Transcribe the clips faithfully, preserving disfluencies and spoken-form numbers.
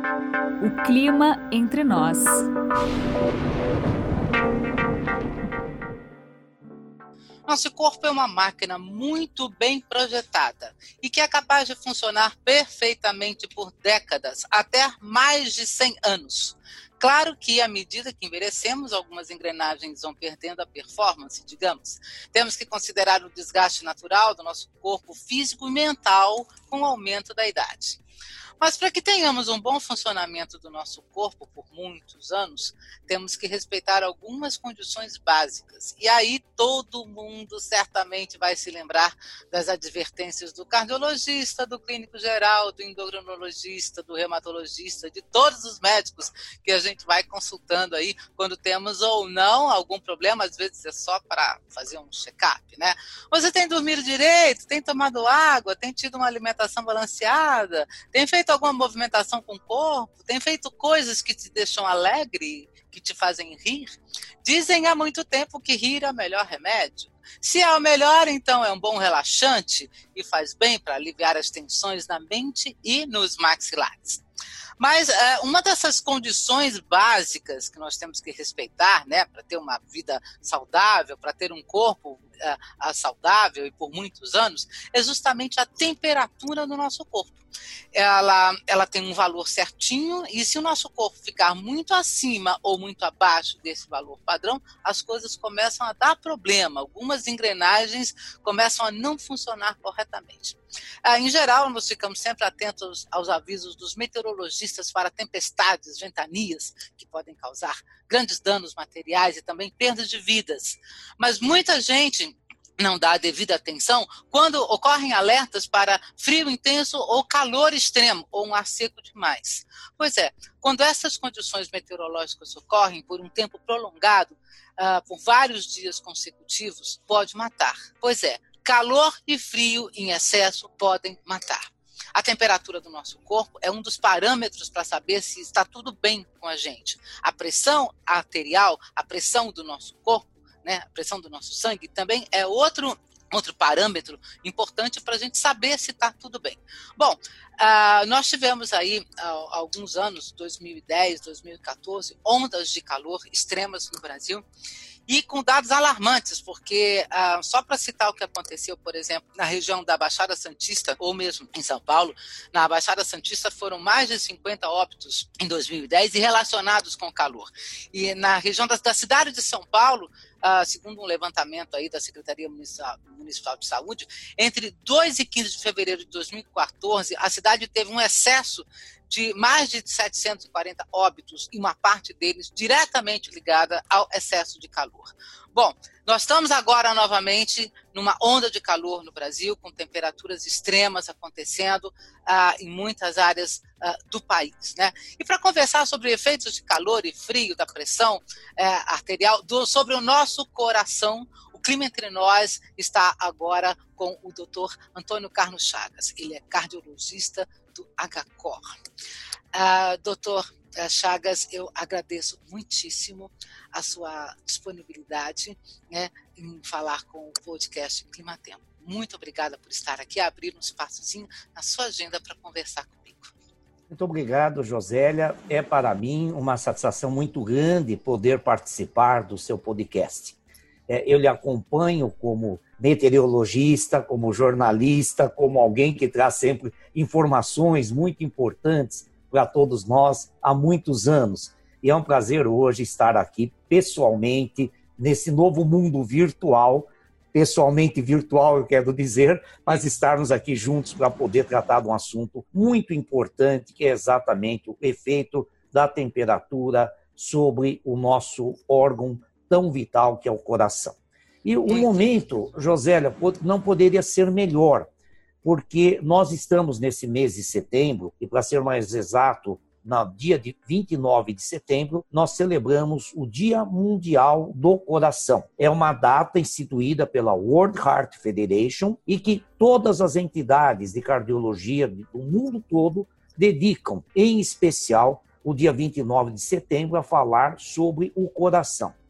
O clima entre nós. Nosso corpo é uma máquina muito bem projetada e que é capaz de funcionar perfeitamente por décadas, até mais de cem anos. Claro que, à medida que envelhecemos, algumas engrenagens vão perdendo a performance, digamos. Temos que considerar o desgaste natural do nosso corpo físico e mental com o aumento da idade. Mas para que tenhamos um bom funcionamento do nosso corpo por muitos anos, temos que respeitar algumas condições básicas. E aí todo mundo certamente vai se lembrar das advertências do cardiologista, do clínico geral, do endocrinologista, do reumatologista, de todos os médicos que a gente vai consultando aí quando temos ou não algum problema, às vezes é só para fazer um check-up, né? Você tem dormido direito, tem tomado água, tem tido uma alimentação balanceada, tem feito alguma movimentação com o corpo, tem feito coisas que te deixam alegre, que te fazem rir? Dizem há muito tempo que rir é o melhor remédio. Se é o melhor, então é um bom relaxante e faz bem para aliviar as tensões na mente e nos maxilares. Mas é, uma dessas condições básicas que nós temos que respeitar, né, para ter uma vida saudável, para ter um corpo é, saudável e por muitos anos, é justamente a temperatura do nosso corpo. Ela, ela tem um valor certinho e se o nosso corpo ficar muito acima ou muito abaixo desse valor padrão, as coisas começam a dar problema, algumas engrenagens começam a não funcionar corretamente. Ah, em geral, nós ficamos sempre atentos aos, aos avisos dos meteorologistas para tempestades, ventanias, que podem causar grandes danos materiais e também perdas de vidas. Mas muita gente não dá a devida atenção quando ocorrem alertas para frio intenso ou calor extremo, ou um ar seco demais. Pois é, quando essas condições meteorológicas ocorrem por um tempo prolongado, uh, por vários dias consecutivos, pode matar. Pois é, calor e frio em excesso podem matar. A temperatura do nosso corpo é um dos parâmetros para saber se está tudo bem com a gente. A pressão arterial, a pressão do nosso corpo, né, a pressão do nosso sangue também é outro, outro parâmetro importante para a gente saber se está tudo bem. Bom, uh, nós tivemos aí há uh, alguns anos, dois mil e dez, dois mil e quatorze, ondas de calor extremas no Brasil e com dados alarmantes, porque uh, só para citar o que aconteceu, por exemplo, na região da Baixada Santista, ou mesmo em São Paulo, na Baixada Santista foram mais de cinquenta óbitos em dois mil e dez e relacionados com o calor. E na região da, da cidade de São Paulo, Uh, segundo um levantamento aí da Secretaria Municipal, Municipal de Saúde, entre dois e quinze de fevereiro de dois mil e quatorze, a cidade teve um excesso de mais de setecentos e quarenta óbitos, e uma parte deles diretamente ligada ao excesso de calor. Bom, nós estamos agora novamente numa onda de calor no Brasil, com temperaturas extremas acontecendo uh, em muitas áreas uh, do país, né? E para conversar sobre efeitos de calor e frio, da pressão uh, arterial, do, sobre o nosso coração, o Clima Entre Nós está agora com o doutor Antônio Carlos Chagas. Ele é cardiologista do H C O R. Uh, doutor Chagas, eu agradeço muitíssimo a sua disponibilidade, né, em falar com o podcast Clima Tempo. Muito obrigada por estar aqui, abrir um espaçozinho na sua agenda para conversar comigo. Muito obrigado, Josélia. É para mim uma satisfação muito grande poder participar do seu podcast. É, eu lhe acompanho como meteorologista, como jornalista, como alguém que traz sempre informações muito importantes para todos nós há muitos anos. E é um prazer hoje estar aqui pessoalmente, nesse novo mundo virtual, pessoalmente virtual eu quero dizer, mas estarmos aqui juntos para poder tratar de um assunto muito importante, que é exatamente o efeito da temperatura sobre o nosso órgão tão vital que é o coração. E o momento, Josélia, não poderia ser melhor, porque nós estamos nesse mês de setembro, e para ser mais exato, no dia de vinte e nove de setembro, nós celebramos o Dia Mundial do Coração. É uma data instituída pela World Heart Federation e que todas as entidades de cardiologia do mundo todo dedicam, em especial, o dia vinte e nove de setembro a falar sobre o coração.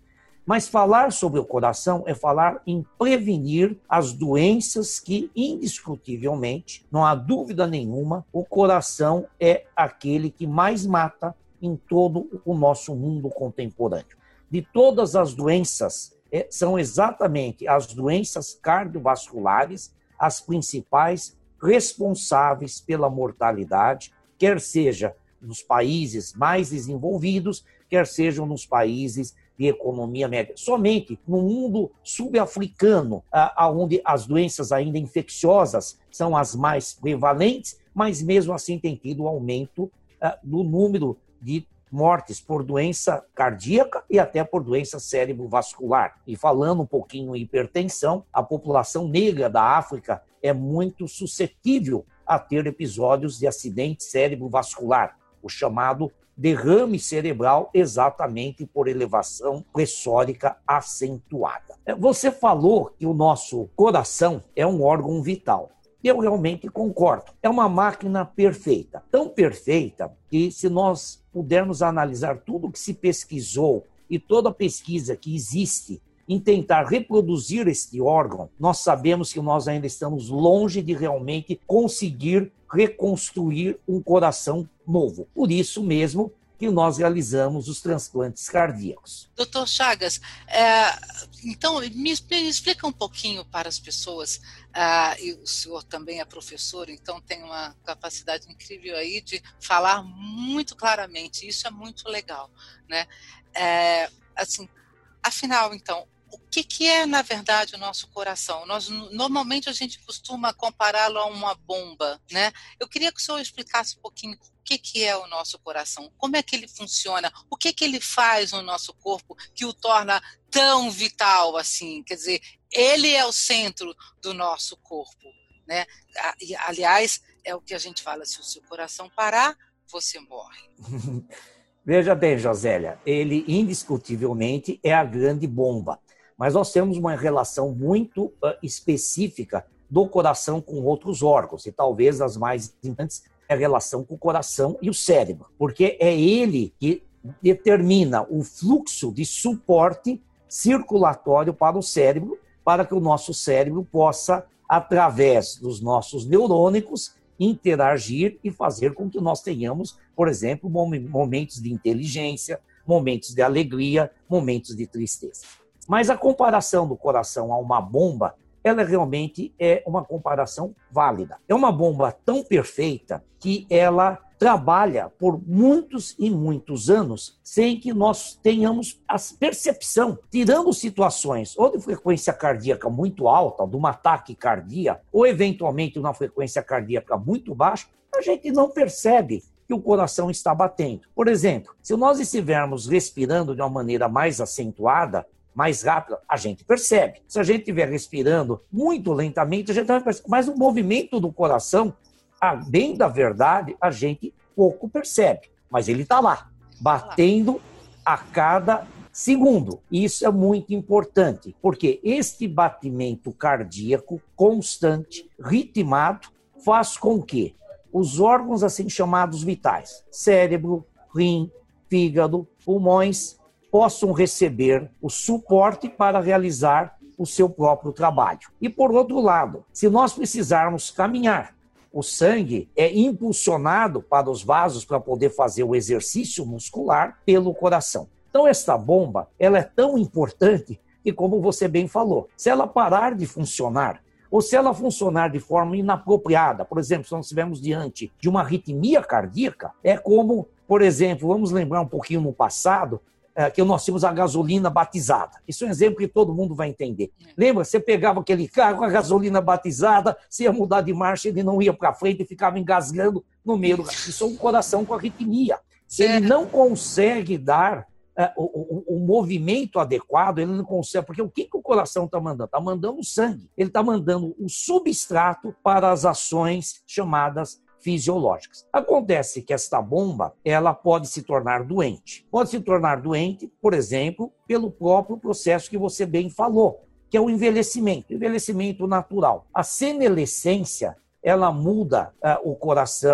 Mas falar sobre o coração é falar em prevenir as doenças que, indiscutivelmente, não há dúvida nenhuma, o coração é aquele que mais mata em todo o nosso mundo contemporâneo. De todas as doenças, é, são exatamente as doenças cardiovasculares as principais responsáveis pela mortalidade, quer seja nos países mais desenvolvidos, quer sejam nos países de economia média. Somente no mundo sul-africano, onde as doenças ainda infecciosas são as mais prevalentes, mas mesmo assim tem tido aumento do número de mortes por doença cardíaca e até por doença cerebrovascular. E falando um pouquinho em hipertensão, a população negra da África é muito suscetível a ter episódios de acidente cerebrovascular, o chamado derrame cerebral, exatamente por elevação pressórica acentuada. Você falou que o nosso coração é um órgão vital. Eu realmente concordo. É uma máquina perfeita. Tão perfeita que, se nós pudermos analisar tudo que se pesquisou e toda a pesquisa que existe em tentar reproduzir este órgão, nós sabemos que nós ainda estamos longe de realmente conseguir reconstruir um coração novo. Por isso mesmo que nós realizamos os transplantes cardíacos. Doutor Chagas, é, então me, me explica um pouquinho para as pessoas, ah, e o senhor também é professor, então tem uma capacidade incrível aí de falar muito claramente, isso é muito legal, né? É, assim, afinal, então, o que, que é, na verdade, o nosso coração? Nós, normalmente, a gente costuma compará-lo a uma bomba, né? Eu queria que o senhor explicasse um pouquinho o que, que é o nosso coração, como é que ele funciona, o que, que ele faz no nosso corpo que o torna tão vital assim, quer dizer, ele é o centro do nosso corpo, né? Aliás, é o que a gente fala, se o seu coração parar, você morre. Veja bem, Josélia, ele indiscutivelmente é a grande bomba. Mas nós temos uma relação muito uh, específica do coração com outros órgãos, e talvez as mais importantes é a relação com o coração e o cérebro, porque é ele que determina o fluxo de suporte circulatório para o cérebro, para que o nosso cérebro possa, através dos nossos neurônicos, interagir e fazer com que nós tenhamos, por exemplo, momentos de inteligência, momentos de alegria, momentos de tristeza. Mas a comparação do coração a uma bomba, ela realmente é uma comparação válida. É uma bomba tão perfeita que ela trabalha por muitos e muitos anos sem que nós tenhamos a percepção, tirando situações ou de frequência cardíaca muito alta, de um ataque cardíaco, ou eventualmente uma frequência cardíaca muito baixa, a gente não percebe que o coração está batendo. Por exemplo, se nós estivermos respirando de uma maneira mais acentuada, mais rápida, a gente percebe. Se a gente estiver respirando muito lentamente, a gente não percebe. Mas o movimento do coração, a bem da verdade, a gente pouco percebe. Mas ele está lá, batendo a cada segundo. Isso é muito importante, porque este batimento cardíaco constante, ritmado, faz com que os órgãos assim chamados vitais, cérebro, rim, fígado, pulmões, possam receber o suporte para realizar o seu próprio trabalho. E, por outro lado, se nós precisarmos caminhar, o sangue é impulsionado para os vasos para poder fazer o exercício muscular pelo coração. Então, esta bomba, ela é tão importante que, como você bem falou, se ela parar de funcionar, ou se ela funcionar de forma inapropriada, por exemplo, se nós estivermos diante de uma arritmia cardíaca, é como, por exemplo, vamos lembrar um pouquinho no passado, é, que nós tínhamos a gasolina batizada. Isso é um exemplo que todo mundo vai entender. Lembra? Você pegava aquele carro com a gasolina batizada, você ia mudar de marcha, ele não ia para frente e ficava engasgando no meio do... Isso é um coração com arritmia. Se ele não consegue dar é, o, o, o movimento adequado, ele não consegue... Porque o que, que o coração está mandando? Está mandando sangue. Ele está mandando o substrato para as ações chamadas fisiológicas. Acontece que esta bomba, ela pode se tornar doente. Pode se tornar doente, por exemplo, pelo próprio processo que você bem falou, que é o envelhecimento, envelhecimento natural. A senescência, ela muda uh, o coração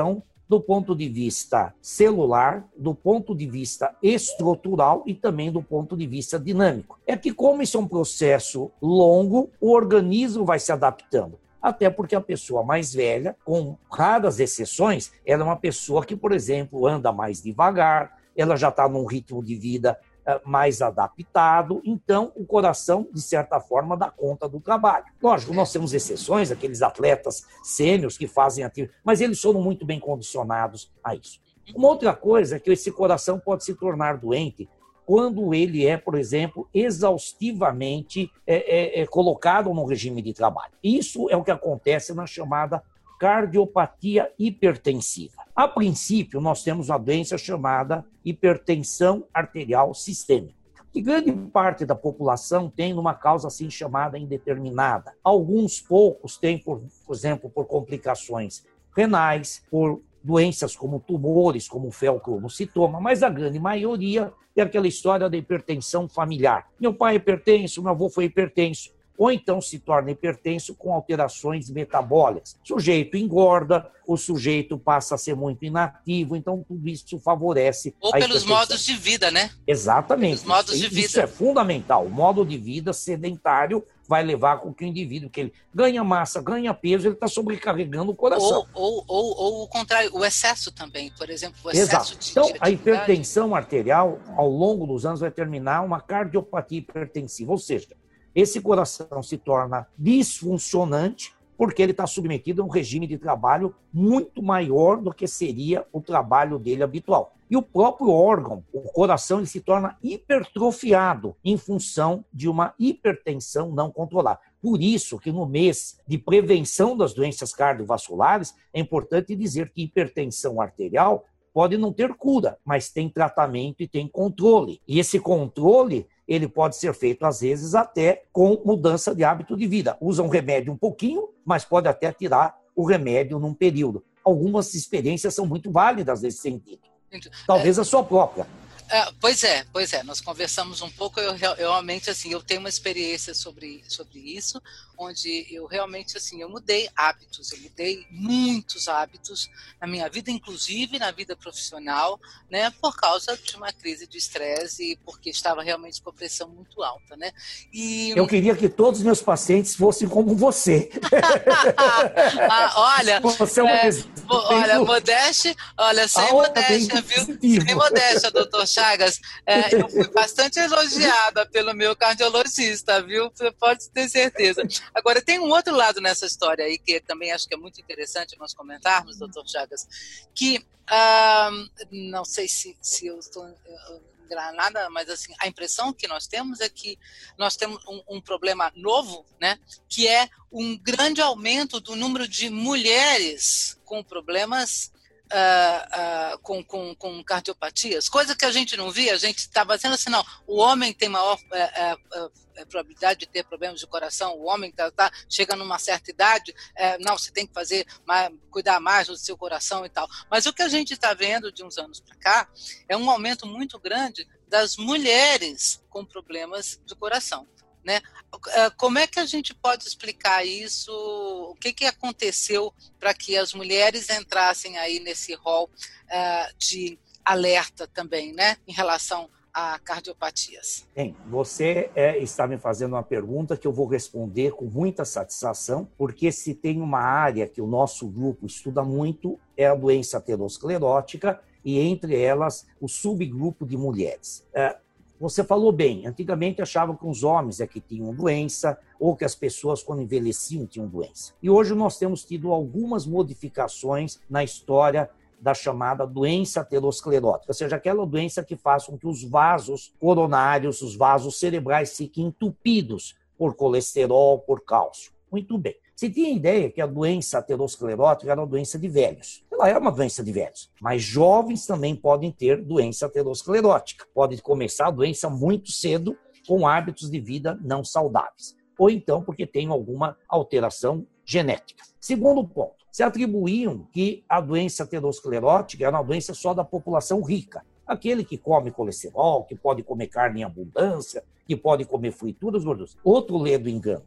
do ponto de vista celular, do ponto de vista estrutural e também do ponto de vista dinâmico. É que, como isso é um processo longo, o organismo vai se adaptando. Até porque a pessoa mais velha, com raras exceções, ela é uma pessoa que, por exemplo, anda mais devagar, ela já está num ritmo de vida mais adaptado, então o coração, de certa forma, dá conta do trabalho. Lógico, nós temos exceções, aqueles atletas sêniores que fazem ativo, mas eles foram muito bem condicionados a isso. Uma outra coisa é que esse coração pode se tornar doente quando ele é, por exemplo, exaustivamente é, é, é colocado no regime de trabalho. Isso é o que acontece na chamada cardiopatia hipertensiva. A princípio, nós temos uma doença chamada hipertensão arterial sistêmica, que grande parte da população tem uma causa assim chamada indeterminada. Alguns poucos têm, por, por exemplo, por complicações renais, por doenças como tumores, como o feocromocitoma, mas a grande maioria é aquela história da hipertensão familiar. Meu pai é hipertenso, meu avô foi hipertenso. Ou então se torna hipertenso com alterações metabólicas. O sujeito engorda, o sujeito passa a ser muito inativo, então tudo isso favorece Ou a pelos hipertensão. modos de vida, né? Exatamente. Pelos modos isso, de vida. Isso é fundamental. O modo de vida sedentário vai levar com que o indivíduo, que ele ganha massa, ganha peso, ele está sobrecarregando o coração. Ou, ou, ou, ou o contrário, o excesso também, por exemplo, o excesso Exato. de Então, de a hipertensão arterial, ao longo dos anos, vai terminar uma cardiopatia hipertensiva, ou seja, esse coração se torna disfuncionante porque ele está submetido a um regime de trabalho muito maior do que seria o trabalho dele habitual. E o próprio órgão, o coração, ele se torna hipertrofiado em função de uma hipertensão não controlada. Por isso que no mês de prevenção das doenças cardiovasculares, é importante dizer que hipertensão arterial pode não ter cura, mas tem tratamento e tem controle. E esse controle, ele pode ser feito, às vezes, até com mudança de hábito de vida. Usa um remédio um pouquinho, mas pode até tirar o remédio num período. Algumas experiências são muito válidas nesse sentido. Talvez é, a sua própria. É, pois é, pois é. Nós conversamos um pouco, eu, eu realmente, assim, eu tenho uma experiência sobre, sobre isso, onde eu realmente, assim, eu mudei hábitos, eu mudei muitos hábitos na minha vida, inclusive na vida profissional, né, por causa de uma crise de estresse e porque estava realmente com a pressão muito alta, né. E... Eu queria que todos os meus pacientes fossem como você. ah, olha, você é um é, exemplo. olha, modéstia, olha, sem modéstia, viu? Sem modéstia, doutor Chagas, é, eu fui bastante elogiada pelo meu cardiologista, viu? Você pode ter certeza. Agora, tem um outro lado nessa história aí, que também acho que é muito interessante nós comentarmos, doutor Chagas, que, ah, não sei se, se eu estou enganada, mas assim, a impressão que nós temos é que nós temos um, um problema novo, né? Que é um grande aumento do número de mulheres com problemas Uh, uh, com, com, com cardiopatias, coisa que a gente não via, a gente estava dizendo assim, não, o homem tem maior uh, uh, uh, probabilidade de ter problemas de coração, o homem tá, tá, chega numa certa idade, uh, não, você tem que fazer, mais, cuidar mais do seu coração e tal, mas o que a gente está vendo de uns anos para cá é um aumento muito grande das mulheres com problemas de coração. Né? Como é que a gente pode explicar isso? O que, que aconteceu para que as mulheres entrassem aí nesse rol uh, de alerta também, né, em relação a cardiopatias? Bem, você é, está me fazendo uma pergunta que eu vou responder com muita satisfação, porque se tem uma área que o nosso grupo estuda muito, é a doença aterosclerótica, e entre elas o subgrupo de mulheres. É, Você falou bem, antigamente achavam que os homens é que tinham doença ou que as pessoas quando envelheciam tinham doença. E hoje nós temos tido algumas modificações na história da chamada doença aterosclerótica, ou seja, aquela doença que faz com que os vasos coronários, os vasos cerebrais fiquem entupidos por colesterol, por cálcio. Muito bem. Você tinha ideia que a doença aterosclerótica era uma doença de velhos. Ela é uma doença de velhos, mas jovens também podem ter doença aterosclerótica. Pode começar a doença muito cedo com hábitos de vida não saudáveis. Ou então porque tem alguma alteração genética. Segundo ponto, se atribuíam que a doença aterosclerótica era uma doença só da população rica. Aquele que come colesterol, que pode comer carne em abundância, que pode comer frituras, gorduras. Outro ledo engano.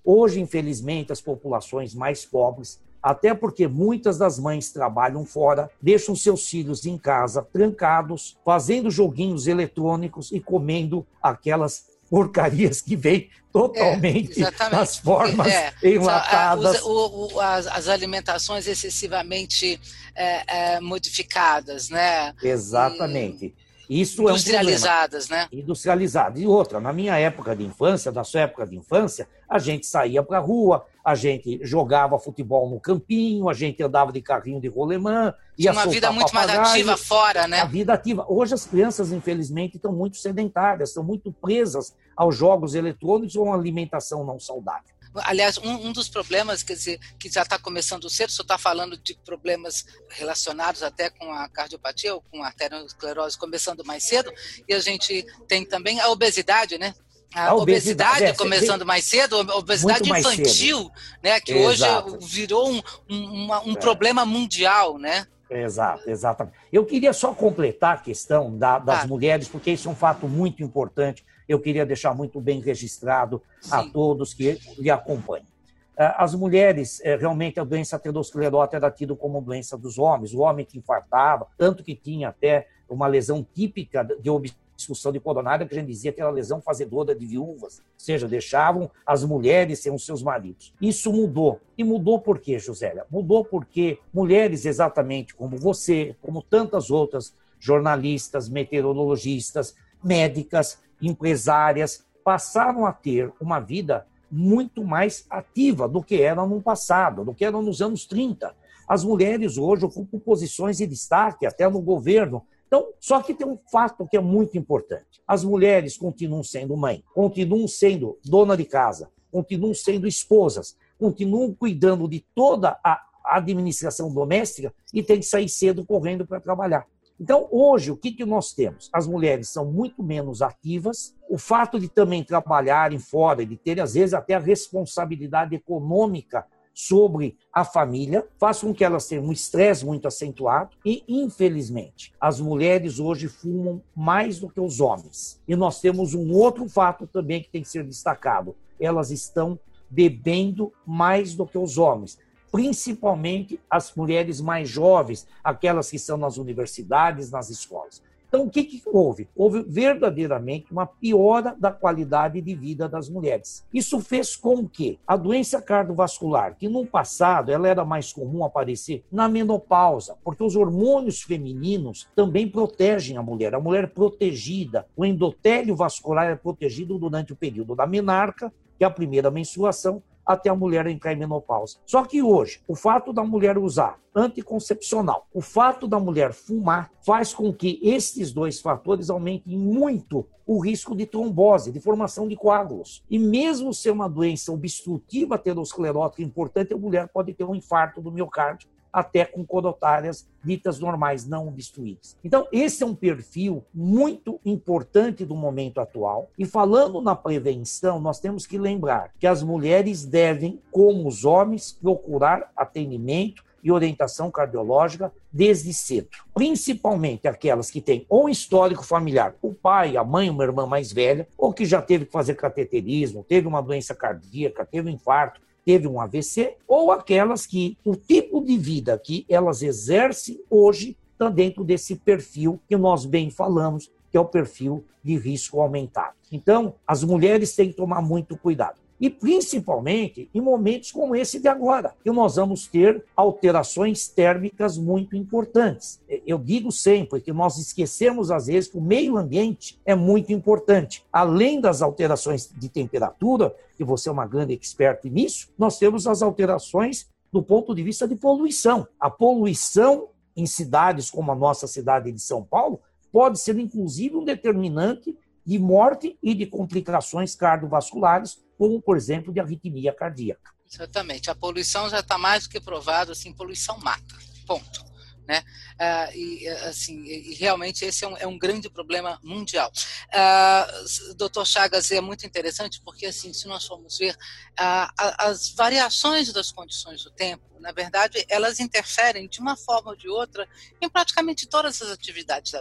Hoje, infelizmente, as populações mais pobres, até porque muitas das mães trabalham fora, deixam seus filhos em casa, trancados, fazendo joguinhos eletrônicos e comendo aquelas porcarias que vêm totalmente é, nas formas é, enlatadas. O, o, as, as alimentações excessivamente é, é, modificadas, né? Exatamente. E Isso industrializadas, é um né? Industrializadas. E outra, na minha época de infância, da sua época de infância, a gente saía para a rua, a gente jogava futebol no campinho, a gente andava de carrinho de rolemã, ia uma vida muito mais ativa fora, né? A vida ativa. Hoje as crianças, infelizmente, estão muito sedentárias, estão muito presas aos jogos eletrônicos ou a uma alimentação não saudável. Aliás, um, um dos problemas, quer dizer, que já está começando cedo, você está falando de problemas relacionados até com a cardiopatia ou com a arteriosclerose começando mais cedo, e a gente tem também a obesidade, né? A, a obesidade, obesidade é, começando mais cedo, a obesidade infantil, né? Que Exato. hoje virou um, um, uma, um é. problema mundial, né? Exato, exatamente. Eu queria só completar a questão da, das ah. mulheres, porque isso é um fato muito importante. Eu queria deixar muito bem registrado Sim. a todos que lhe acompanham. As mulheres, realmente, a doença aterosclerótica era tida como doença dos homens. O homem que infartava, tanto que tinha até uma lesão típica de obstrução de coronária, que a gente dizia que era lesão fazedora de viúvas, ou seja, deixavam as mulheres sem os seus maridos. Isso mudou. E mudou por quê, Josélia? Mudou porque mulheres exatamente como você, como tantas outras jornalistas, meteorologistas, médicas, empresárias, passaram a ter uma vida muito mais ativa do que era no passado, do que era nos anos trinta. As mulheres hoje ocupam posições de destaque, até no governo. Então, só que tem um fato que é muito importante. As mulheres continuam sendo mãe, continuam sendo dona de casa, continuam sendo esposas, continuam cuidando de toda a administração doméstica e têm que sair cedo correndo para trabalhar. Então, hoje, o que, que nós temos? As mulheres são muito menos ativas, o fato de também trabalharem fora, de terem, às vezes, até a responsabilidade econômica sobre a família, faz com que elas tenham um estresse muito acentuado e, infelizmente, as mulheres hoje fumam mais do que os homens. E nós temos um outro fato também que tem que ser destacado. Elas estão bebendo mais do que os homens, principalmente as mulheres mais jovens, aquelas que estão nas universidades, nas escolas. Então, o que, que houve? Houve verdadeiramente uma piora da qualidade de vida das mulheres. Isso fez com que a doença cardiovascular, que no passado ela era mais comum aparecer na menopausa, porque os hormônios femininos também protegem a mulher. A mulher é protegida, o endotélio vascular é protegido durante o período da menarca, que é a primeira menstruação, até a mulher entrar em menopausa. Só que hoje, o fato da mulher usar anticoncepcional, o fato da mulher fumar, faz com que esses dois fatores aumentem muito o risco de trombose, de formação de coágulos. E mesmo ser uma doença obstrutiva aterosclerótica importante, a mulher pode ter um infarto do miocárdio, até com corotárias ditas normais, não obstruídas. Então, esse é um perfil muito importante do momento atual. E falando na prevenção, nós temos que lembrar que as mulheres devem, como os homens, procurar atendimento e orientação cardiológica desde cedo. Principalmente aquelas que têm ou histórico familiar, o pai, a mãe, uma irmã mais velha, ou que já teve que fazer cateterismo, teve uma doença cardíaca, teve um infarto, teve um A V C, ou aquelas que o tipo de vida que elas exercem hoje está dentro desse perfil que nós bem falamos, que é o perfil de risco aumentado. Então, as mulheres têm que tomar muito cuidado. E principalmente em momentos como esse de agora, que nós vamos ter alterações térmicas muito importantes. Eu digo sempre que nós esquecemos às vezes que o meio ambiente é muito importante. Além das alterações de temperatura, que você é uma grande experta nisso, nós temos as alterações do ponto de vista de poluição. A poluição em cidades como a nossa cidade de São Paulo pode ser inclusive um determinante de morte e de complicações cardiovasculares, como, por exemplo, de arritmia cardíaca. Exatamente. A poluição já está mais do que provado, assim, poluição mata, ponto. Né? Ah, e, assim, e realmente esse é um, é um grande problema mundial. Ah, doutor Chagas, é muito interessante porque, assim, se nós formos ver ah, as variações das condições do tempo, na verdade, elas interferem de uma forma ou de outra em praticamente todas as atividades da vida.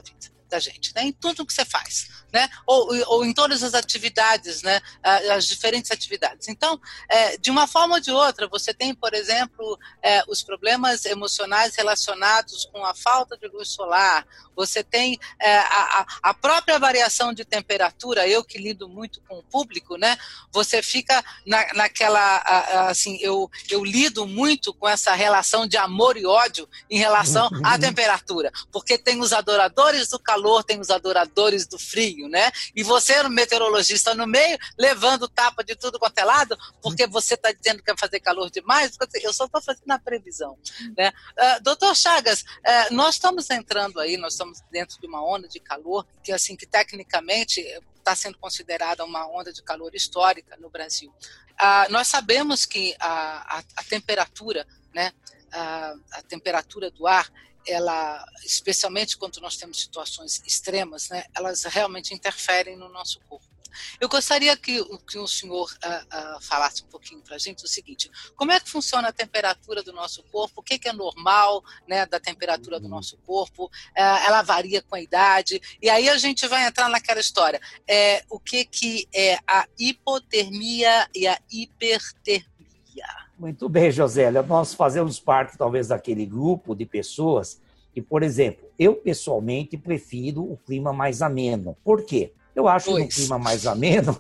da gente, né? Em tudo que você faz, né? Ou, ou em todas as atividades, né? As diferentes atividades. Então, é, de uma forma ou de outra, você tem, por exemplo, é, os problemas emocionais relacionados com a falta de luz solar, você tem é, a, a própria variação de temperatura, eu que lido muito com o público, né? Você fica na, naquela, assim, eu, eu lido muito com essa relação de amor e ódio em relação à temperatura, porque tem os adoradores do calor, tem os adoradores do frio, né? E você, meteorologista no meio, levando tapa de tudo quanto é lado, porque você está dizendo que vai fazer calor demais, eu só estou fazendo a previsão, né? Uh, doutor Chagas, uh, nós estamos entrando aí, nós estamos dentro de uma onda de calor, que assim, que tecnicamente está sendo considerada uma onda de calor histórica no Brasil. Uh, nós sabemos que a, a, a temperatura, né, a, a temperatura do ar, ela, especialmente quando nós temos situações extremas, né, elas realmente interferem no nosso corpo. Eu gostaria que, que o senhor uh, uh, falasse um pouquinho para a gente o seguinte: como é que funciona a temperatura do nosso corpo, o que, que é normal, né, da temperatura do nosso corpo, uh, ela varia com a idade, e aí a gente vai entrar naquela história, é, o que, que é a hipotermia e a hipertermia. Muito bem, Josélia, nós fazemos parte talvez daquele grupo de pessoas que, por exemplo, eu pessoalmente prefiro o clima mais ameno. Por quê? Eu acho que no clima mais ameno,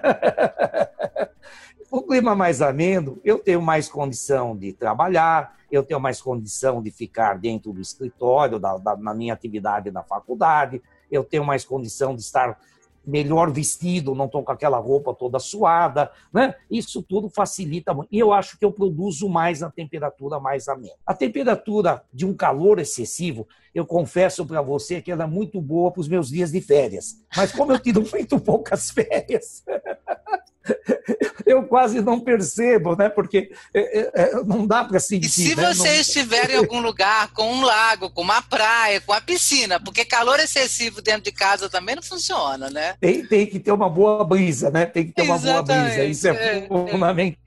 o clima mais ameno, eu tenho mais condição de trabalhar, eu tenho mais condição de ficar dentro do escritório, da, da, na minha atividade na faculdade, eu tenho mais condição de estar melhor vestido, não estou com aquela roupa toda suada, né? Isso tudo facilita muito. E eu acho que eu produzo mais na temperatura mais amena. A temperatura de um calor excessivo, eu confesso para você que ela é muito boa para os meus dias de férias. Mas como eu tiro muito poucas férias, eu quase não percebo, né? Porque é, é, não dá para sentir. E se né? você não... estiver em algum lugar com um lago, com uma praia, com a piscina, porque calor excessivo dentro de casa também não funciona, né? Tem, tem que ter uma boa brisa, né? Tem que ter uma Exatamente. boa brisa. Isso é, é fundamental.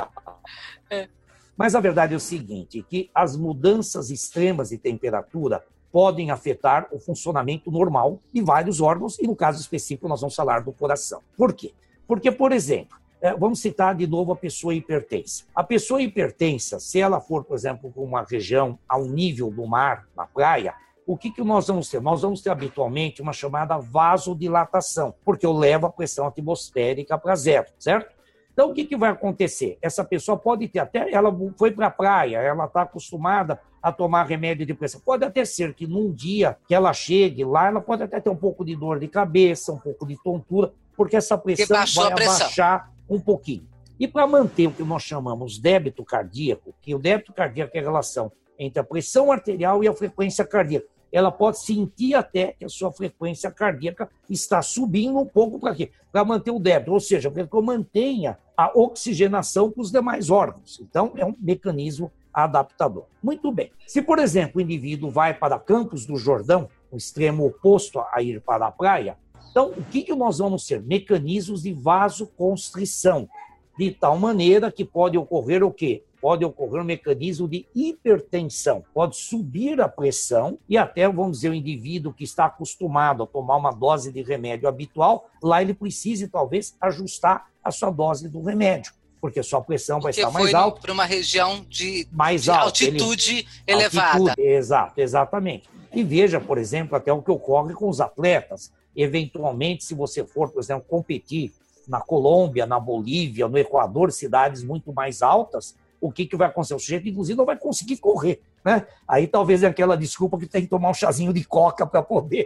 É. Mas a verdade é o seguinte, que as mudanças extremas de temperatura podem afetar o funcionamento normal de vários órgãos, e no caso específico nós vamos falar do coração. Por quê? Porque, por exemplo, vamos citar de novo a pessoa hipertensa. A pessoa hipertensa, se ela for, por exemplo, para uma região ao nível do mar, na praia, o que, que nós vamos ter? Nós vamos ter habitualmente uma chamada vasodilatação, porque eu levo a pressão atmosférica para zero, certo? Então, o que, que vai acontecer? Essa pessoa pode ter até, ela foi para a praia, ela está acostumada a tomar remédio de pressão. Pode até ser que num dia que ela chegue lá, ela pode até ter um pouco de dor de cabeça, um pouco de tontura, porque essa pressão vai abaixar um pouquinho. E para manter o que nós chamamos débito cardíaco, que o débito cardíaco é a relação entre a pressão arterial e a frequência cardíaca, ela pode sentir até que a sua frequência cardíaca está subindo um pouco para quê? Para manter o débito, ou seja, para que eu mantenha a oxigenação para os demais órgãos. Então, é um mecanismo adaptador. Muito bem. Se, por exemplo, o indivíduo vai para Campos do Jordão, o extremo oposto a ir para a praia, então, o que, que nós vamos ter? Mecanismos de vasoconstrição, de tal maneira que pode ocorrer o quê? Pode ocorrer um mecanismo de hipertensão. Pode subir a pressão e até, vamos dizer, o indivíduo que está acostumado a tomar uma dose de remédio habitual, lá ele precise, talvez, ajustar a sua dose do remédio, porque a sua pressão porque vai estar mais alta. Para uma região de, mais de alta, altitude ele, elevada. Altitude, exato, exatamente. E veja, por exemplo, até o que ocorre com os atletas. Eventualmente, se você for, por exemplo, competir na Colômbia, na Bolívia, no Equador, cidades muito mais altas, o que, que vai acontecer? O sujeito, inclusive, não vai conseguir correr, né? Aí talvez é aquela desculpa que tem que tomar um chazinho de coca para poder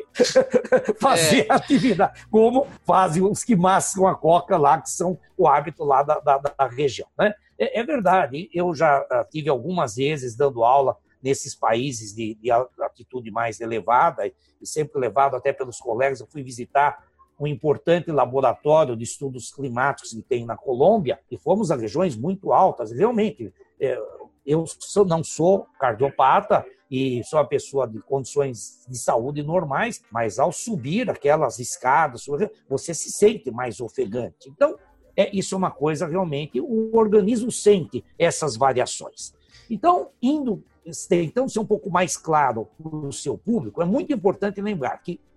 fazer é. a atividade, como fazem os que mascam a coca lá, que são o hábito lá da, da, da região, né? É, é verdade, eu já tive algumas vezes dando aula nesses países de, de altitude mais elevada, e sempre levado até pelos colegas, eu fui visitar um importante laboratório de estudos climáticos que tem na Colômbia, e fomos a regiões muito altas. Realmente, eu não sou cardiopata e sou uma pessoa de condições de saúde normais, mas ao subir aquelas escadas, você se sente mais ofegante. Então, é, isso é uma coisa realmente, o organismo sente essas variações. Então, indo, tentando ser um pouco mais claro para o seu público, é muito importante lembrar que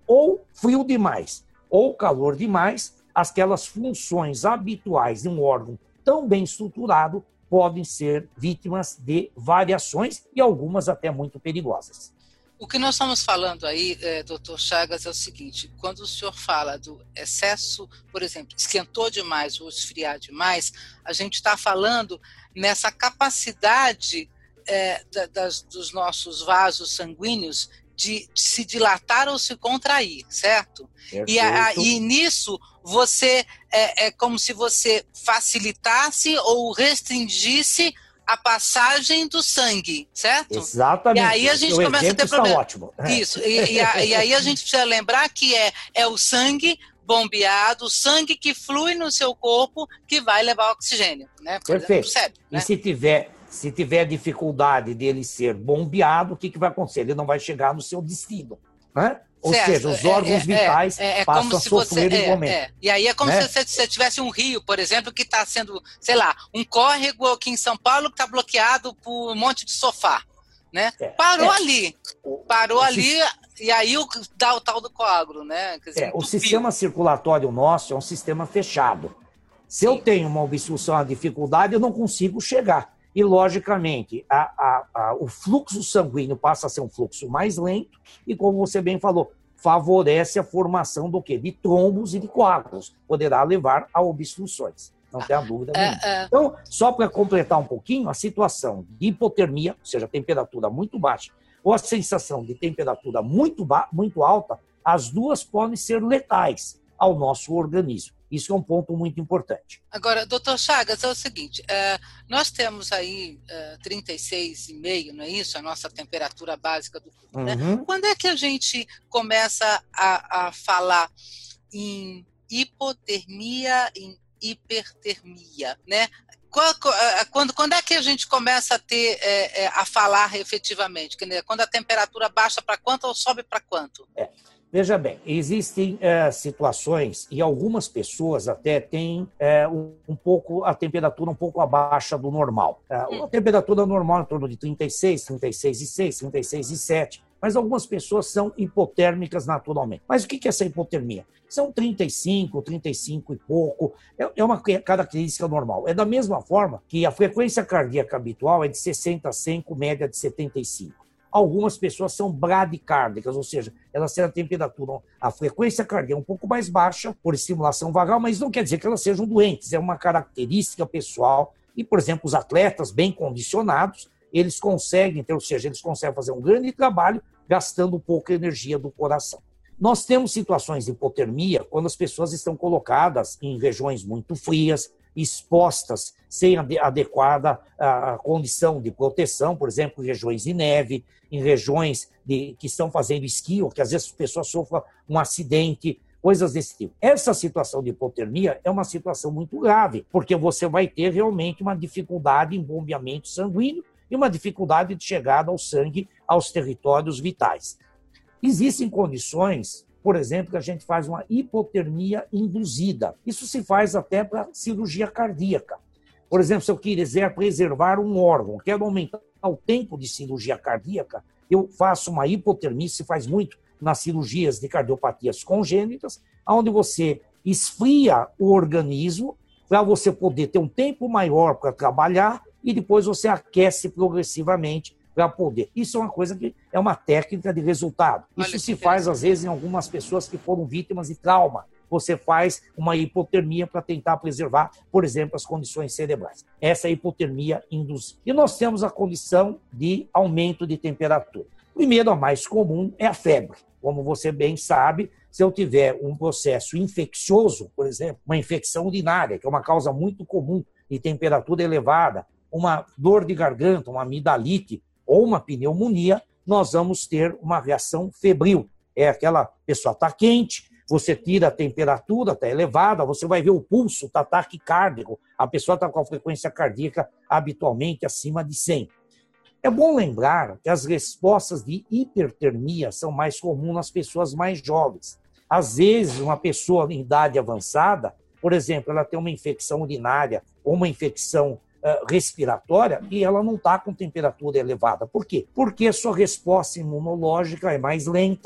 ou frio demais, ou calor demais, aquelas funções habituais de um órgão tão bem estruturado podem ser vítimas de variações e algumas até muito perigosas. O que nós estamos falando aí, é, doutor Chagas, é o seguinte: quando o senhor fala do excesso, por exemplo, esquentou demais ou esfriar demais, a gente está falando nessa capacidade é, da, das, dos nossos vasos sanguíneos de, de se dilatar ou se contrair, certo? E, a, e nisso você é, é como se você facilitasse ou restringisse a passagem do sangue, certo? Exatamente. E aí a gente o começa a ter problema. Está ótimo. Isso. E, e, a, e aí a gente precisa lembrar que é, é o sangue bombeado, o sangue que flui no seu corpo que vai levar oxigênio, né? Perfeito. Cérebro, né? E se tiver, se tiver dificuldade dele ser bombeado, o que, que vai acontecer? Ele não vai chegar no seu destino, né? Ou certo. seja, os órgãos é, vitais é, é, passam como a se sofrer você, igualmente. É, é. E aí é como né? se você, você tivesse um rio, por exemplo, que está sendo, sei lá, um córrego aqui em São Paulo que está bloqueado por um monte de sofá. Né? É, Parou é. ali. Parou o ali si... e aí dá o tal do coágulo. Né? Quer dizer, é, o sistema circulatório nosso é um sistema fechado. Se Sim. eu tenho uma obstrução, uma dificuldade, eu não consigo chegar. E, logicamente, a, a, a, o fluxo sanguíneo passa a ser um fluxo mais lento e, como você bem falou, favorece a formação do quê? De trombos e de coágulos. Poderá levar a obstruções. Não tem a dúvida nenhuma. É, é. Então, só para completar um pouquinho, a situação de hipotermia, ou seja, temperatura muito baixa, ou a sensação de temperatura muito, muito alta, as duas podem ser letais ao nosso organismo. Isso é um ponto muito importante. Agora, doutor Chagas, é o seguinte, é, nós temos aí é, trinta e seis vírgula cinco, não é isso? A nossa temperatura básica do corpo. Uhum. Né? Quando é que a gente começa a, a falar em hipotermia, em hipertermia, né? Quando, quando é que a gente começa a ter é, é, a falar efetivamente? Quando a temperatura baixa para quanto ou sobe para quanto? É. Veja bem, existem é, situações e algumas pessoas até têm é, um, um pouco a temperatura um pouco abaixo do normal. É, hum. A temperatura normal é em torno de trinta e seis, trinta e seis vírgula seis, trinta e seis vírgula sete, mas algumas pessoas são hipotérmicas naturalmente. Mas o que é essa hipotermia? São trinta e cinco, trinta e cinco e pouco, é uma característica normal. É da mesma forma que a frequência cardíaca habitual é de sessenta a cem, com média de setenta e cinco. Algumas pessoas são bradicárdicas, ou seja, elas têm a temperatura, a frequência cardíaca um pouco mais baixa por estimulação vagal, mas não quer dizer que elas sejam doentes, é uma característica pessoal. E, por exemplo, os atletas bem condicionados, eles conseguem, ou seja, eles conseguem fazer um grande trabalho gastando pouca energia do coração. Nós temos situações de hipotermia quando as pessoas estão colocadas em regiões muito frias, expostas sem adequada a condição de proteção, por exemplo, em regiões de neve, em regiões de, que estão fazendo esqui, ou que às vezes as pessoas sofrem um acidente, coisas desse tipo. Essa situação de hipotermia é uma situação muito grave, porque você vai ter realmente uma dificuldade em bombeamento sanguíneo e uma dificuldade de chegada ao sangue aos territórios vitais. Existem condições, por exemplo, que a gente faz uma hipotermia induzida. Isso se faz até para cirurgia cardíaca. Por exemplo, se eu quiser preservar um órgão, quero aumentar o tempo de cirurgia cardíaca, eu faço uma hipotermia, se faz muito nas cirurgias de cardiopatias congênitas, onde você esfria o organismo para você poder ter um tempo maior para trabalhar e depois você aquece progressivamente para poder. Isso é uma coisa que é uma técnica de resultado. Isso Olha, se faz, às vezes, em algumas pessoas que foram vítimas de trauma. Você faz uma hipotermia para tentar preservar, por exemplo, as condições cerebrais. Essa é a hipotermia induzida. E nós temos a condição de aumento de temperatura. Primeiro, a mais comum é a febre. Como você bem sabe, se eu tiver um processo infeccioso, por exemplo, uma infecção urinária, que é uma causa muito comum de temperatura elevada, uma dor de garganta, uma amidalite ou uma pneumonia, nós vamos ter uma reação febril. É aquela pessoa está quente, você tira a temperatura, está elevada, você vai ver o pulso, está taquicárdico, a pessoa está com a frequência cardíaca habitualmente acima de cem. É bom lembrar que as respostas de hipertermia são mais comuns nas pessoas mais jovens. Às vezes, uma pessoa em idade avançada, por exemplo, ela tem uma infecção urinária ou uma infecção uh, respiratória e ela não está com temperatura elevada. Por quê? Porque a sua resposta imunológica é mais lenta,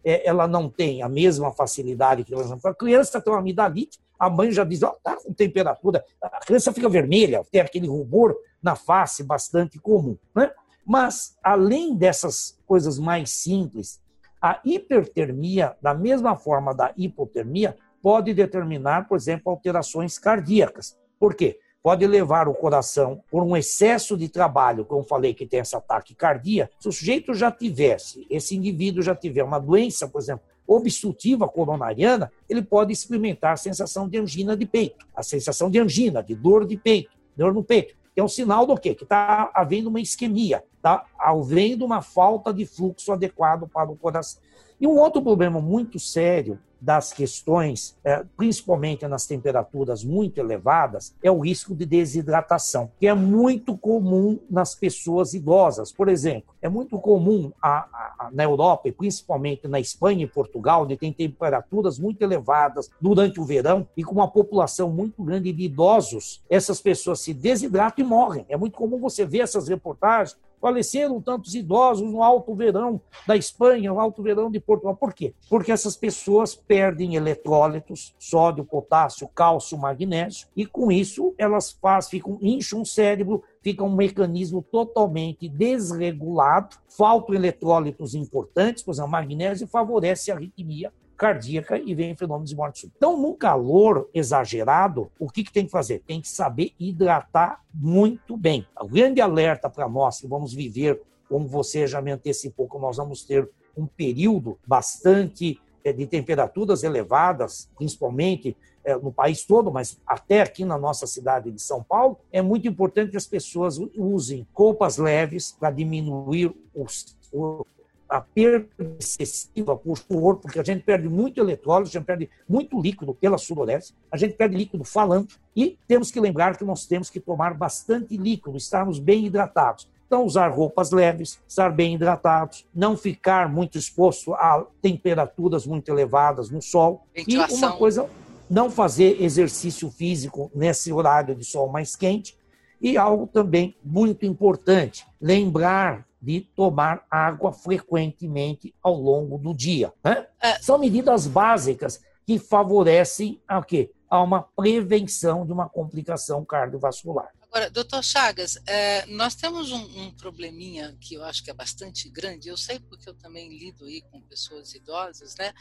ela não tem a mesma facilidade que a criança tem uma amidalite, a mãe já diz, ó, oh, tá com temperatura, a criança fica vermelha, tem aquele rubor na face bastante comum, né? Mas, além dessas coisas mais simples, a hipertermia, da mesma forma da hipotermia, pode determinar, por exemplo, alterações cardíacas. Por quê? Pode levar o coração, por um excesso de trabalho, como eu falei que tem esse ataque cardíaco, se o sujeito já tivesse, esse indivíduo já tiver uma doença, por exemplo, obstrutiva coronariana, ele pode experimentar a sensação de angina de peito, a sensação de angina, de dor de peito, dor no peito. É um sinal do quê? Que está havendo uma isquemia, está havendo uma falta de fluxo adequado para o coração. E um outro problema muito sério das questões, principalmente nas temperaturas muito elevadas, é o risco de desidratação, que é muito comum nas pessoas idosas. Por exemplo, é muito comum a, a, na Europa, e principalmente na Espanha e Portugal, onde tem temperaturas muito elevadas durante o verão e com uma população muito grande de idosos, essas pessoas se desidratam e morrem. É muito comum você ver essas reportagens. Faleceram tantos idosos no alto verão da Espanha, no alto verão de Portugal. Por quê? Porque essas pessoas perdem eletrólitos, sódio, potássio, cálcio, magnésio, e com isso elas faz, ficam, incham o cérebro, fica um mecanismo totalmente desregulado, faltam eletrólitos importantes, por exemplo, magnésio favorece a arritmia cardíaca e vem fenômenos de morte súbita. Então, no calor exagerado, o que, que tem que fazer? Tem que saber hidratar muito bem. O grande alerta para nós que vamos viver, como você já me antecipou, que nós vamos ter um período bastante é, de temperaturas elevadas, principalmente é, no país todo, mas até aqui na nossa cidade de São Paulo, é muito importante que as pessoas usem roupas leves para diminuir os, o a perda excessiva por suor, porque a gente perde muito eletrólito, a gente perde muito líquido pela sudorese, a gente perde líquido falando, e temos que lembrar que nós temos que tomar bastante líquido, estarmos bem hidratados. Então, usar roupas leves, estar bem hidratados, não ficar muito exposto a temperaturas muito elevadas no sol. Ventilação. E uma coisa, não fazer exercício físico nesse horário de sol mais quente. E algo também muito importante, lembrar de tomar água frequentemente ao longo do dia. Né? É. São medidas básicas que favorecem a quê? A uma prevenção de uma complicação cardiovascular. Agora, doutor Chagas, é, nós temos um, um probleminha que eu acho que é bastante grande, eu sei porque eu também lido aí com pessoas idosas, né?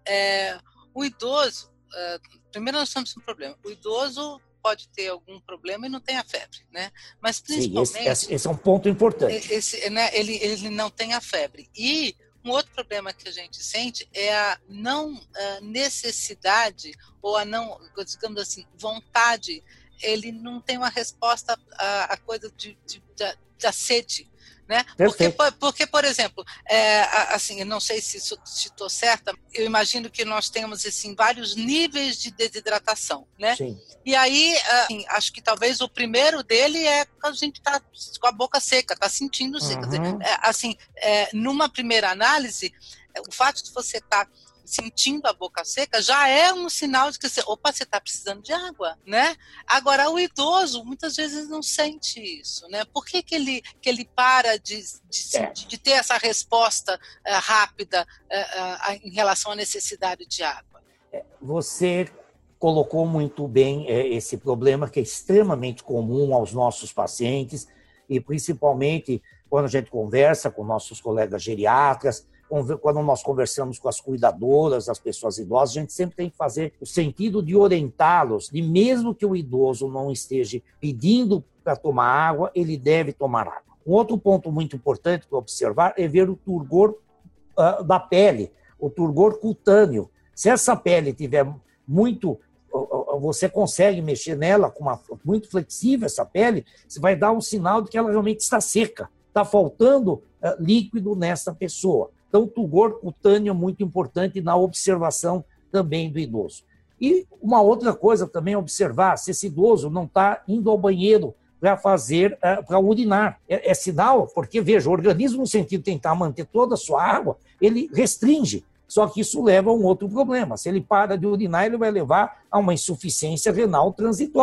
É, o idoso, é, primeiro nós temos um problema, o idoso pode ter algum problema e não tem a febre, né? Mas principalmente... Sim, esse, esse é um ponto importante. Esse, né, ele, ele não tem a febre. E um outro problema que a gente sente é a não a necessidade ou a não, digamos assim, vontade. Ele não tem uma resposta à, à coisa de, de, da, da sede, né? Porque, porque, por exemplo, é, assim, eu não sei se estou certa, eu imagino que nós temos assim, vários níveis de desidratação, né? Sim. E aí, assim, acho que talvez o primeiro dele é quando a gente está com a boca seca, está sentindo seca. Uhum. Quer dizer, é, assim, é, numa primeira análise, o fato de você estar tá sentindo a boca seca já é um sinal de que você, opa, você está precisando de água, né? Agora, o idoso muitas vezes não sente isso, né? Por que, que, ele, que ele para de, de, é. de ter essa resposta uh, rápida uh, uh, em relação à necessidade de água? Você colocou muito bem é, esse problema que é extremamente comum aos nossos pacientes e principalmente quando a gente conversa com nossos colegas geriatras, quando nós conversamos com as cuidadoras das pessoas idosas, a gente sempre tem que fazer o sentido de orientá-los, de mesmo que o idoso não esteja pedindo para tomar água, ele deve tomar água. Um outro ponto muito importante para observar é ver o turgor uh, da pele, o turgor cutâneo. Se essa pele tiver muito... você consegue mexer nela, com uma, muito flexível essa pele, você vai dar um sinal de que ela realmente está seca, está faltando uh, líquido nessa pessoa. Então, o turgor cutâneo é muito importante na observação também do idoso. E uma outra coisa também é observar se esse idoso não está indo ao banheiro para fazer, uh, para urinar. É, é sinal, porque, veja, o organismo, no sentido de tentar manter toda a sua água, ele restringe. Só que isso leva a um outro problema. Se ele para de urinar, ele vai levar a uma insuficiência renal transitória.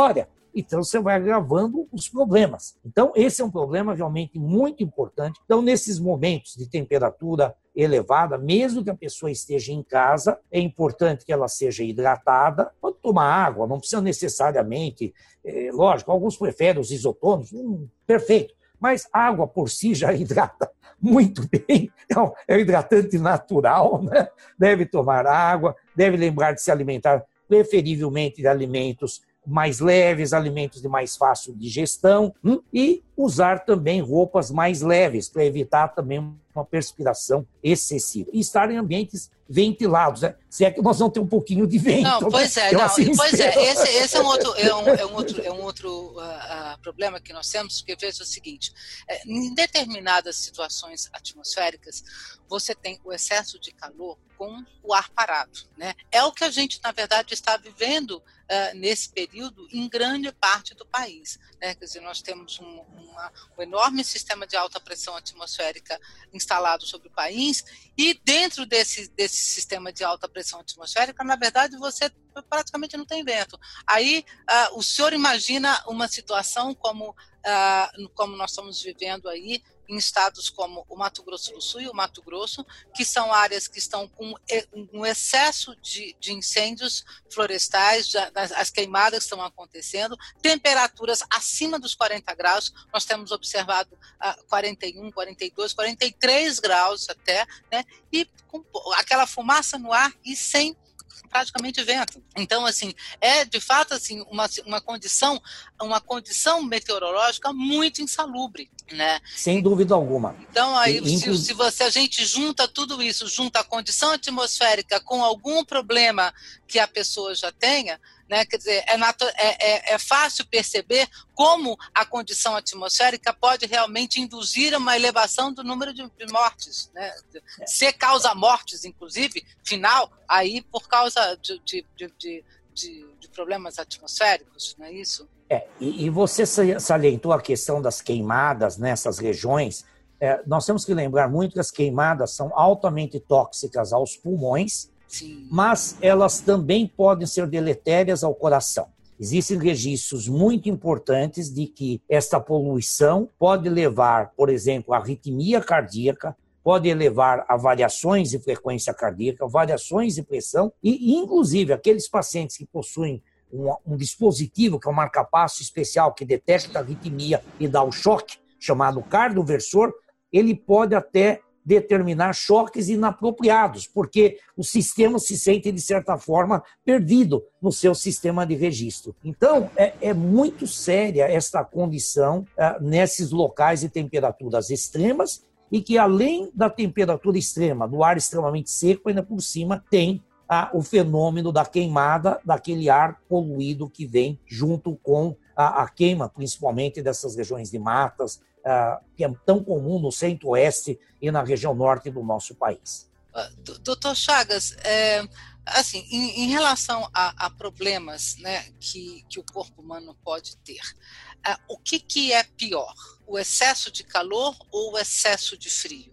então você vai agravando os problemas. Então, esse é um problema realmente muito importante. Então, nesses momentos de temperatura elevada, mesmo que a pessoa esteja em casa, é importante que ela seja hidratada. Pode tomar água, não precisa necessariamente, é, lógico, alguns preferem os isotônicos, hum, perfeito, mas água por si já hidrata muito bem, então, é um hidratante natural, né? Deve tomar água, deve lembrar de se alimentar preferivelmente de alimentos mais leves, alimentos de mais fácil digestão, hum? E usar também roupas mais leves para evitar também uma perspiração excessiva. E estar em ambientes ventilados, né? Se é que nós vamos ter um pouquinho de vento. Não, pois é, né? não, assim pois é, esse, esse é um outro, é um, é um outro, é um outro uh, uh, problema que nós temos, porque veja o seguinte, é, em determinadas situações atmosféricas, você tem o excesso de calor com o ar parado, né? É o que a gente, na verdade, está vivendo uh, nesse período em grande parte do país, né? Quer dizer, nós temos um, uma, um enorme sistema de alta pressão atmosférica instalado sobre o país e dentro desse, desse sistema de alta pressão atmosférica, na verdade, você praticamente não tem vento. Aí, uh, o senhor imagina uma situação como, uh, como nós estamos vivendo aí em estados como o Mato Grosso do Sul e o Mato Grosso, que são áreas que estão com um excesso de, de incêndios florestais, já, as queimadas estão acontecendo, temperaturas acima dos quarenta graus, nós temos observado uh, quarenta e um, quarenta e dois, quarenta e três graus até, né? E com aquela fumaça no ar e sem praticamente vento. Então, assim, é de fato assim, uma, uma, condição, uma condição meteorológica muito insalubre, né? Sem dúvida alguma. Então, aí, e, se, se você, a gente junta tudo isso, junta a condição atmosférica com algum problema que a pessoa já tenha, né? Quer dizer, é, é, é fácil perceber como a condição atmosférica pode realmente induzir uma elevação do número de, de mortes, né? Se causa mortes, inclusive, final, aí por causa de, de, de, de, de, de problemas atmosféricos, não é isso? É, e, e você salientou a questão das queimadas nessas regiões. É, nós temos que lembrar muito que as queimadas são altamente tóxicas aos pulmões, sim, mas elas também podem ser deletérias ao coração. Existem registros muito importantes de que esta poluição pode levar, por exemplo, à arritmia cardíaca, pode levar a variações de frequência cardíaca, variações de pressão e, inclusive, aqueles pacientes que possuem um, um dispositivo, que é um marcapasso especial que detecta a arritmia e dá o choque, chamado cardioversor, ele pode até determinar choques inapropriados, porque o sistema se sente, de certa forma, perdido no seu sistema de registro. Então, é, é muito séria esta condição uh, nesses locais de temperaturas extremas e que, além da temperatura extrema, do ar extremamente seco, ainda por cima tem uh, o fenômeno da queimada, daquele ar poluído que vem junto com a, a queima, principalmente dessas regiões de matas, Uh, que é tão comum no centro-oeste e na região norte do nosso país. Uh, doutor Chagas, é, assim, em, em relação a, a problemas, né, que, que o corpo humano pode ter, uh, o que, que é pior, o excesso de calor ou o excesso de frio?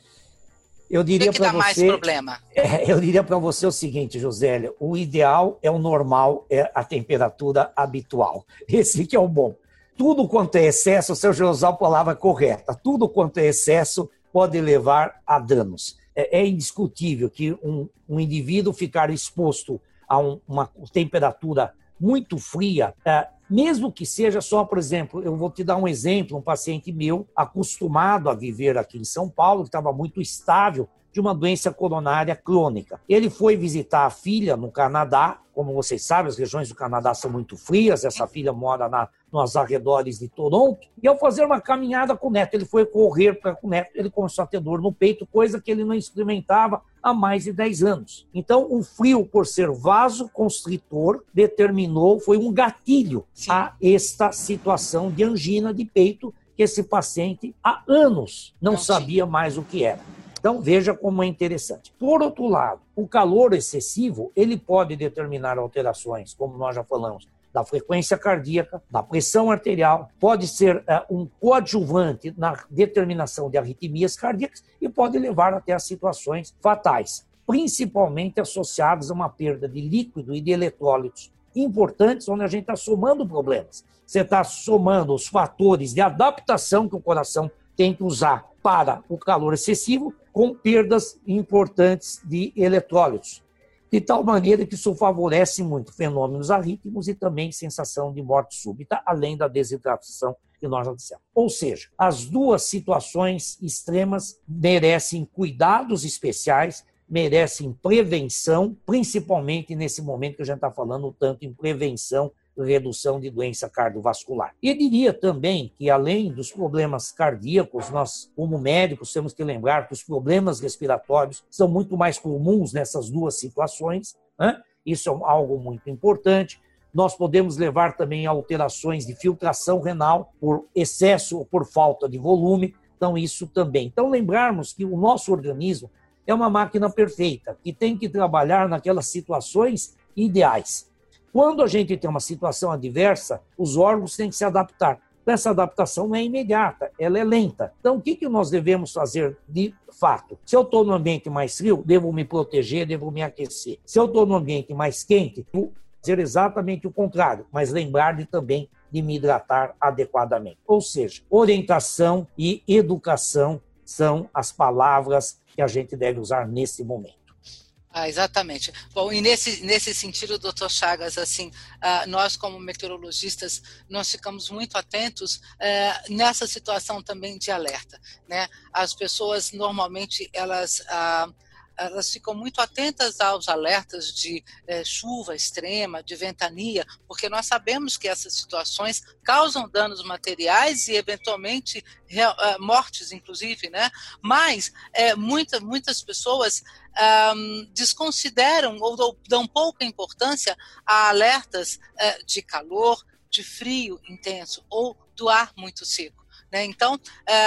Eu diria o que, que dá você, mais problema? É, eu diria para você o seguinte, Josélia, o ideal é o normal, é a temperatura habitual. Esse que é o bom. Tudo quanto é excesso, se eu já usar a palavra correta, tudo quanto é excesso pode levar a danos. É, é indiscutível que um, um indivíduo ficar exposto a um, uma temperatura muito fria, é, mesmo que seja só, por exemplo, eu vou te dar um exemplo, um paciente meu acostumado a viver aqui em São Paulo, que estava muito estável, de uma doença coronária crônica. Ele foi visitar a filha no Canadá, como vocês sabem, as regiões do Canadá são muito frias, essa filha mora na, nos arredores de Toronto, e ao fazer uma caminhada com o neto, ele foi correr para o neto, ele começou a ter dor no peito, coisa que ele não experimentava há mais de dez anos. Então, o frio, por ser vasoconstritor, determinou, foi um gatilho Sim. a esta situação de angina de peito, que esse paciente há anos não, não sabia mais o que era. Então, veja como é interessante. Por outro lado, o calor excessivo, ele pode determinar alterações, como nós já falamos, da frequência cardíaca, da pressão arterial, pode ser uh, um coadjuvante na determinação de arritmias cardíacas e pode levar até a situações fatais, principalmente associadas a uma perda de líquido e de eletrólitos importantes onde a gente está somando problemas. Você está somando os fatores de adaptação que o coração tem que usar para o calor excessivo com perdas importantes de eletrólitos. De tal maneira que isso favorece muito fenômenos arrítmicos e também sensação de morte súbita, além da desidratação que nós já dissemos. Ou seja, as duas situações extremas merecem cuidados especiais, merecem prevenção, principalmente nesse momento que a gente está falando tanto em prevenção e redução de doença cardiovascular. E diria também que, além dos problemas cardíacos, nós, como médicos, temos que lembrar que os problemas respiratórios são muito mais comuns nessas duas situações, né? Isso é algo muito importante. Nós podemos levar também a alterações de filtração renal por excesso ou por falta de volume, então isso também. Então, lembrarmos que o nosso organismo é uma máquina perfeita, que tem que trabalhar naquelas situações ideais. Quando a gente tem uma situação adversa, os órgãos têm que se adaptar. Essa adaptação não é imediata, ela é lenta. Então, o que que nós devemos fazer de fato? Se eu estou no ambiente mais frio, devo me proteger, devo me aquecer. Se eu estou no ambiente mais quente, devo fazer exatamente o contrário, mas lembrar de, também de me hidratar adequadamente. Ou seja, orientação e educação são as palavras que a gente deve usar nesse momento. Ah, exatamente. Bom, e nesse, nesse sentido, doutor Chagas, assim, uh, nós como meteorologistas, nós ficamos muito atentos uh, nessa situação também de alerta, né? As pessoas, normalmente, elas... Uh, elas ficam muito atentas aos alertas de eh, chuva extrema, de ventania, porque nós sabemos que essas situações causam danos materiais e, eventualmente, real, uh, mortes, inclusive, né? Mas eh, muita, muitas pessoas um, desconsideram ou dão pouca importância a alertas uh, de calor, de frio intenso ou do ar muito seco. Então,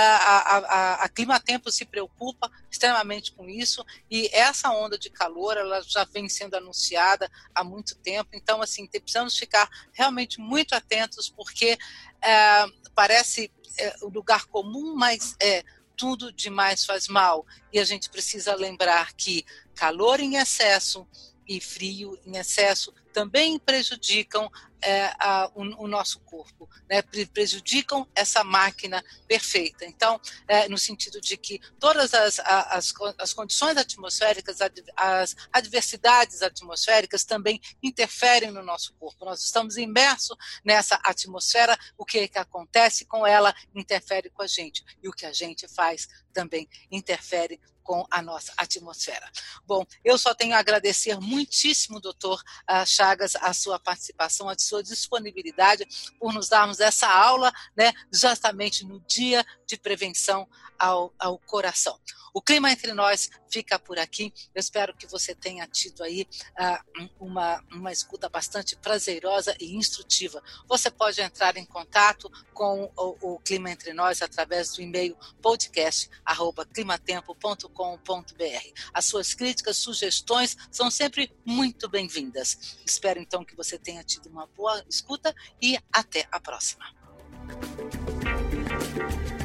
a, a, a Climatempo se preocupa extremamente com isso e essa onda de calor ela já vem sendo anunciada há muito tempo. Então, assim, precisamos ficar realmente muito atentos porque é, parece é, um lugar comum, mas é, tudo demais faz mal. E a gente precisa lembrar que calor em excesso e frio em excesso também prejudicam é, a, o, o nosso corpo, né? Prejudicam essa máquina perfeita. Então, é, no sentido de que todas as, as, as condições atmosféricas, as adversidades atmosféricas também interferem no nosso corpo. Nós estamos imersos nessa atmosfera, o que, que acontece com ela interfere com a gente, e o que a gente faz também interfere com a nossa atmosfera. Bom, eu só tenho a agradecer muitíssimo, doutor Chagas, a sua participação, a sua disponibilidade por nos darmos essa aula, né, justamente no dia de prevenção ao, ao coração. O Clima Entre Nós fica por aqui. Eu espero que você tenha tido aí uh, uma, uma escuta bastante prazerosa e instrutiva. Você pode entrar em contato com o, o Clima Entre Nós através do e-mail podcast arroba climatempo ponto com ponto br. As suas críticas, sugestões são sempre muito bem-vindas. Espero então que você tenha tido uma boa escuta e até a próxima.